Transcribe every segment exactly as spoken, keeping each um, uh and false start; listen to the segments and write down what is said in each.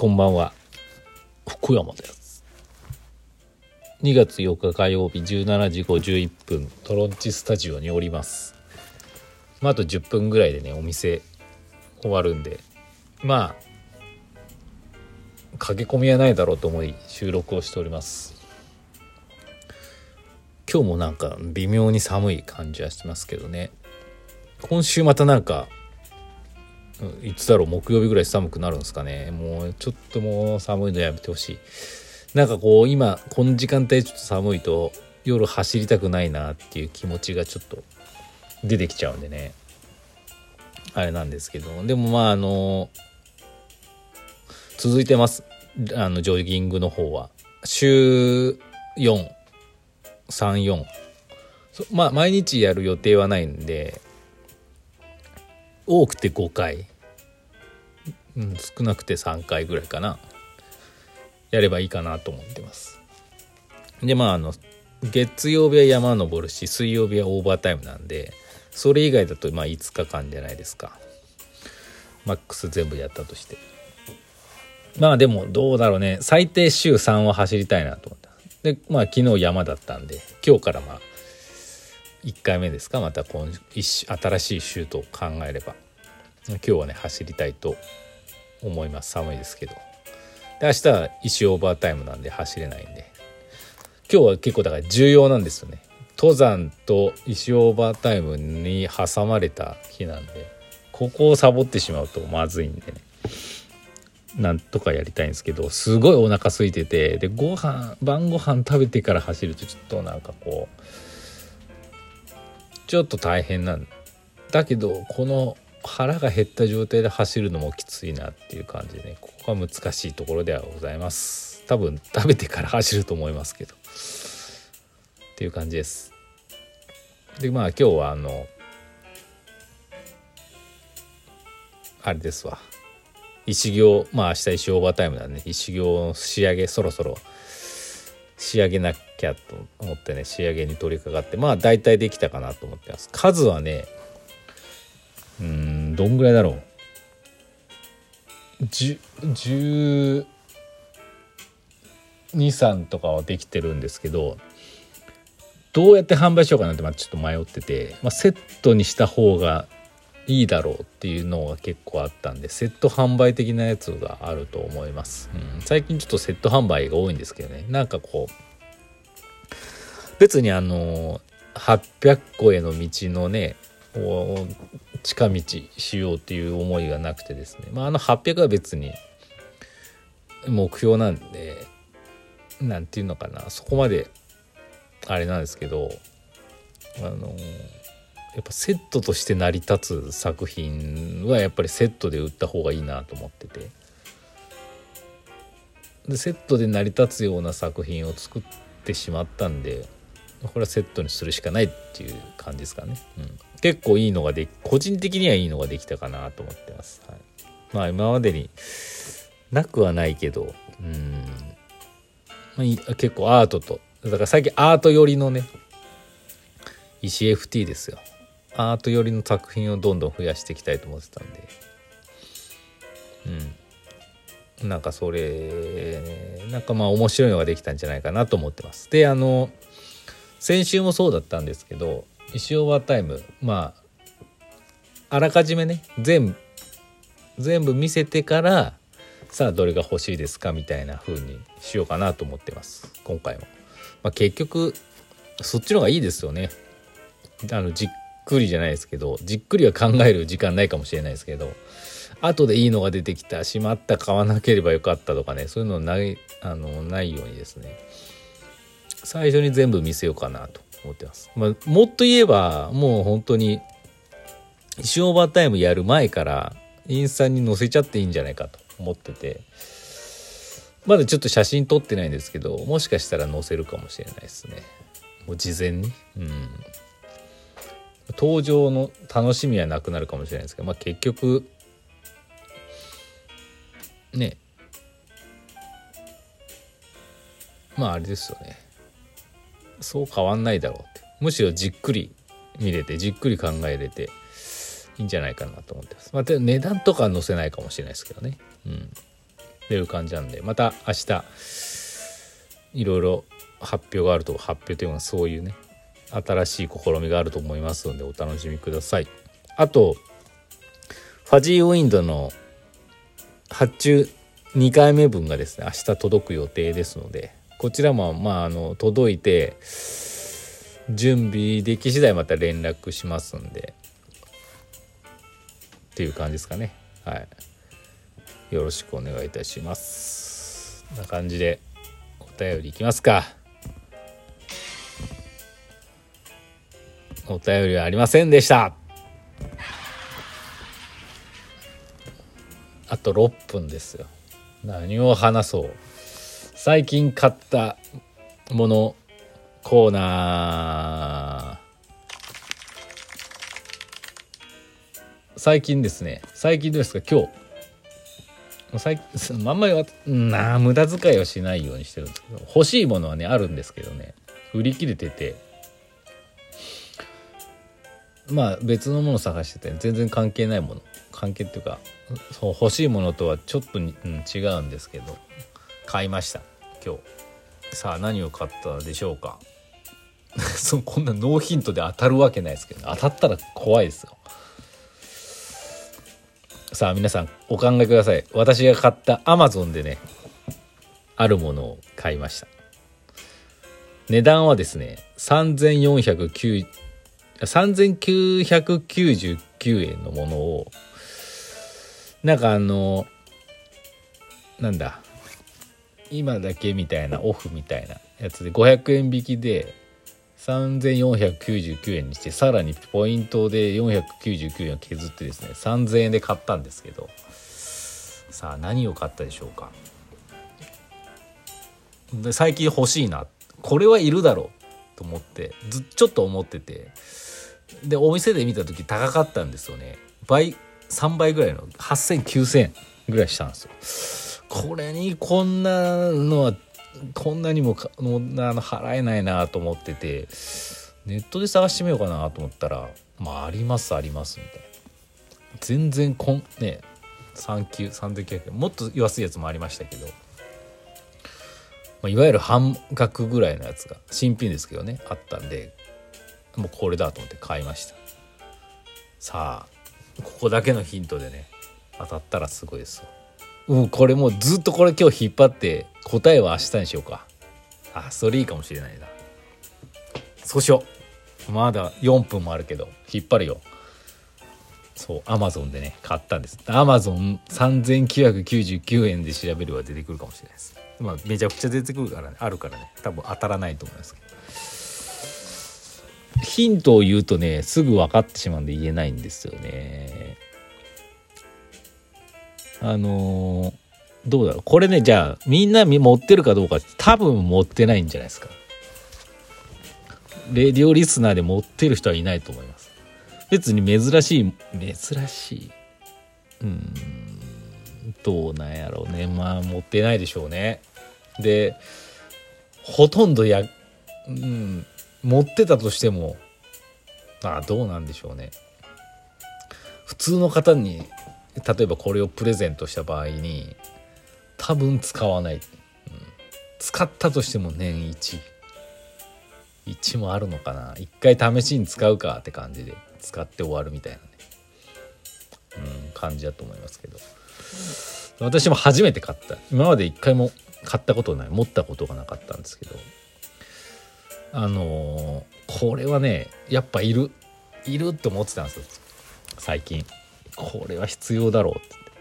こんばんは、福山です。にがつようか火曜日じゅうしちじごじゅういっぷん、トロンチスタジオにおります。まあ、あとじゅっぷんぐらいでねお店終わるんで、まあ駆け込みはないだろうと思い収録をしております。今日もなんか微妙に寒い感じはしてますけどね。今週またなんかいつだろう、木曜日ぐらい寒くなるんですかね。もうちょっともう寒いのやめてほしい。なんかこう今この時間帯ちょっと寒いと夜走りたくないなっていう気持ちがちょっと出てきちゃうんでね、あれなんですけど、でもまああの続いてます。あのジョギングの方は週よん、さん、よん、まあ毎日やる予定はないんで、多くてごかい、うん、少なくてさんかいぐらいかな、やればいいかなと思ってます。でまああの月曜日は山登るし、水曜日はオーバータイムなんで、それ以外だとまあいつかかんじゃないですか、マックス全部やったとして。まあでもどうだろうね、最低週さんは走りたいなと思った。でまあ昨日山だったんで、今日からまあいっかいめですか、また今新しい週と考えれば今日はね走りたいと思います。寒いですけど。で明日は石オーバータイムなんで走れないんで、今日は結構だから重要なんですよね。登山と石オーバータイムに挟まれた日なんで、ここをサボってしまうとまずいんでね、なんとかやりたいんですけど、すごいお腹空いてて、でご飯晩ご飯食べてから走るとちょっとなんかこうちょっと大変なんだけど、この腹が減った状態で走るのもきついなっていう感じでね、ここが難しいところではございます。多分食べてから走ると思いますけどっていう感じです。でまあ今日はあのあれですわ、石行、まあ明日石オーバータイムなんで、石行の仕上げそろそろ仕上げなきゃと思ってね、仕上げに取り掛かって、まあ大体できたかなと思ってます。数はね、うーんどんぐらいだろう、じゅうに、さんとかはできてるんですけど、どうやって販売しようかなってまあちょっと迷ってて、まあ、セットにした方がいいだろうっていうのが結構あったんで、セット販売的なやつがあると思います、うん、最近ちょっとセット販売が多いんですけどね、なんかこう別にあのはっぴゃくこへの道のね近道しようっていう思いがなくてですね、まあ、あのはっぴゃくは別に目標なんで、なんていうのかな、そこまであれなんですけど、あのやっぱセットとして成り立つ作品はやっぱりセットで売った方がいいなと思ってて、でセットで成り立つような作品を作ってしまったんで、これはセットにするしかないっていう感じですかね、うん、結構いいのがで個人的にはいいのができたかなと思ってます、はい、まあ今までになくはないけど、うん、まあ、結構アートと、だから最近アート寄りのね石 エフティー ですよ、アート寄りの作品をどんどん増やしていきたいと思ってたんで、うん、なんかそれなんかまあ面白いのができたんじゃないかなと思ってます。であの先週もそうだったんですけど、石オーバータイムまああらかじめね全部全部見せてから、さあどれが欲しいですかみたいな風にしようかなと思ってます今回も。まあ、結局そっちの方がいいですよね。あのじっくりじゃないですけど、じっくりは考える時間ないかもしれないですけど、後でいいのが出てきた、しまった買わなければよかったとかね、そういうのないあのないようにですね、最初に全部見せようかなと思ってます。まあ、もっと言えばもう本当に石オーバータイムやる前からインスタに載せちゃっていいんじゃないかと思ってて、まだちょっと写真撮ってないんですけど、もしかしたら載せるかもしれないですね、もう事前に、うん、登場の楽しみはなくなるかもしれないですけど、まあ結局ね、まああれですよね、そう変わんないだろうって、むしろじっくり見れてじっくり考えれていいんじゃないかなと思ってます。まあ、値段とかは載せないかもしれないですけどね、うん、 出る感じなんで、また明日いろいろ発表があると、発表というのはそういうね新しい試みがあると思いますのでお楽しみください。あとファジーウィンドの発注にかいめ分がですね明日届く予定ですので、こちらもまああの届いて準備でき次第また連絡しますんでっていう感じですかね。はい、よろしくお願いいたします。こんな感じでお便りいきますか。お便りはありませんでした。あとろっぷんですよ。何を話そう。最近買ったものコーナー。最近ですね最近ですか今日最近あんまりな無駄遣いはしないようにしてるんですけど、欲しいものはねあるんですけどね売り切れてて、まあ別のもの探してて全然関係ないもの、関係っていうかそう欲しいものとはちょっとに、うん、違うんですけど買いました今日。さあ何を買ったでしょうか。そうこんなノーヒントで当たるわけないですけど、当たったら怖いですよ。さあ皆さんお考えください。私が買った Amazon でねあるものを買いました。値段はですねさんぜんよんひゃくきゅうさんぜんきゅうひゃくきゅうじゅうきゅうえんのものをなんかあのなんだ今だけみたいなオフみたいなやつでごひゃくえん引きでさんぜんよんひゃくきゅうじゅうきゅうえんにして、さらにポイントでよんひゃくきゅうじゅうきゅうえんを削ってですねさんぜんえんで買ったんですけど、さあ何を買ったでしょうか。で最近欲しいな、これはいるだろうと思ってずちょっと思ってて、でお店で見た時高かったんですよね。倍さんばいぐらいのはっせんきゅうせんえんぐらいしたんですよ。これにこんなのはこんなにもかもあの払えないなと思ってて、ネットで探してみようかなと思ったら、まあありますありますみたいな、全然こんねさんきゅうさんぜんきゅうひゃくえんもっと安いやつもありましたけど、まあ、いわゆる半額ぐらいのやつが新品ですけどねあったんで、もうこれだと思って買いました。さあここだけのヒントでね当たったらすごいですよ。うん、これもうずっとこれ今日引っ張って答えは明日にしようか。あ、それいいかもしれないな。そうしよう。まだよんぷんもあるけど引っ張るよ。そう Amazon でね買ったんです。 Amazonさんぜんきゅうひゃくきゅうじゅうきゅうえんで調べれば出てくるかもしれないです。まあめちゃくちゃ出てくるからね、あるからね多分当たらないと思いますけど、ヒントを言うとねすぐ分かってしまうんで言えないんですよね。あのー、どうだろうこれね、じゃあみんな持ってるかどうか多分持ってないんじゃないですか。レディオリスナーで持ってる人はいないと思います。別に珍しい珍しいうーんどうなんやろうね、まあ持ってないでしょうね。でほとんどや、うん、持ってたとしてもまあどうなんでしょうね。普通の方に例えばこれをプレゼントした場合に多分使わない、うん、使ったとしても年いちいちもあるのかな。一回試しに使うかって感じで使って終わるみたいなね、うん、感じだと思いますけど、私も初めて買った、今まで一回も買ったことない、持ったことがなかったんですけど、あのー、これはねやっぱいるいるって思ってたんですよ最近。これは必要だろう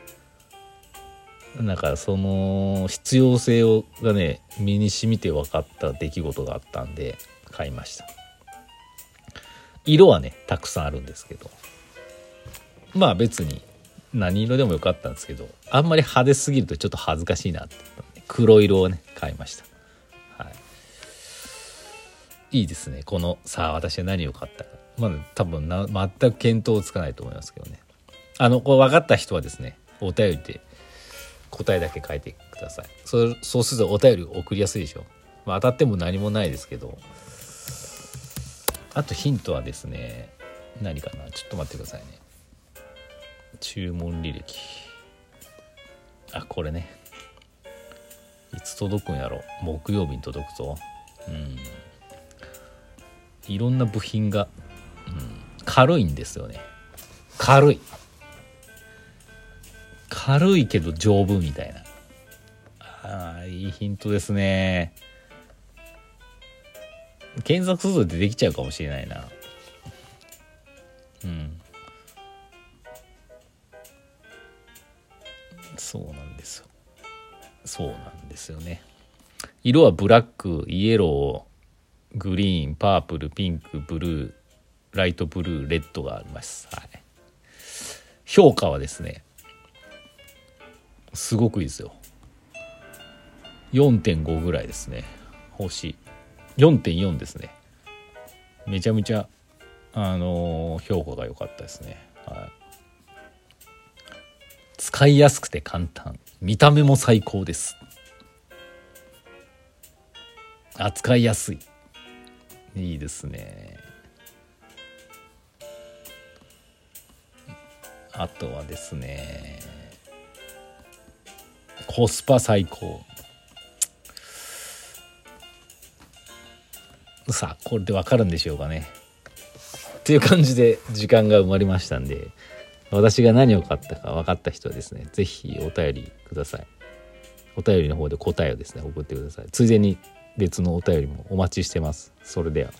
ってなんかその必要性をがね身に染みて分かった出来事があったんで買いました。色はねたくさんあるんですけど、まあ別に何色でもよかったんですけど、あんまり派手すぎるとちょっと恥ずかしいなって黒色をね買いました。はい、いいですね。このさあ私は何を買ったかまだ多分な全く見当つかないと思いますけどね。あのこれ分かった人はですねお便りで答えだけ書いてください。そそうするとお便り送りやすいでしょ。まあ、当たっても何もないですけど、あとヒントはですね何かな、ちょっと待ってくださいね。注文履歴、あこれねいつ届くんやろ。木曜日に届くぞ。うんいろんな部品が、うん、軽いんですよね。軽い軽いけど丈夫みたいな。あーいいヒントですね。検索すると出てきちゃうかもしれないな。うんそうなんですよ。そうなんですよね。色はブラック、イエロー、グリーン、パープル、ピンク、ブルー、ライトブルー、レッドがあります。はい。評価はですね、すごくいいですよ。よんてんご ぐらいですね。星 よんてんよん ですね。めちゃめちゃあのー、評価が良かったですね。はい。使いやすくて簡単、見た目も最高です。扱いやすい、いいですね。あとはですね、コスパ最高。さあこれで分かるんでしょうかねっていう感じで時間が埋まりましたんで、私が何を買ったか分かった人はですね、ぜひお便りください。お便りの方で答えをですね送ってください。ついでに別のお便りもお待ちしてます。それでは。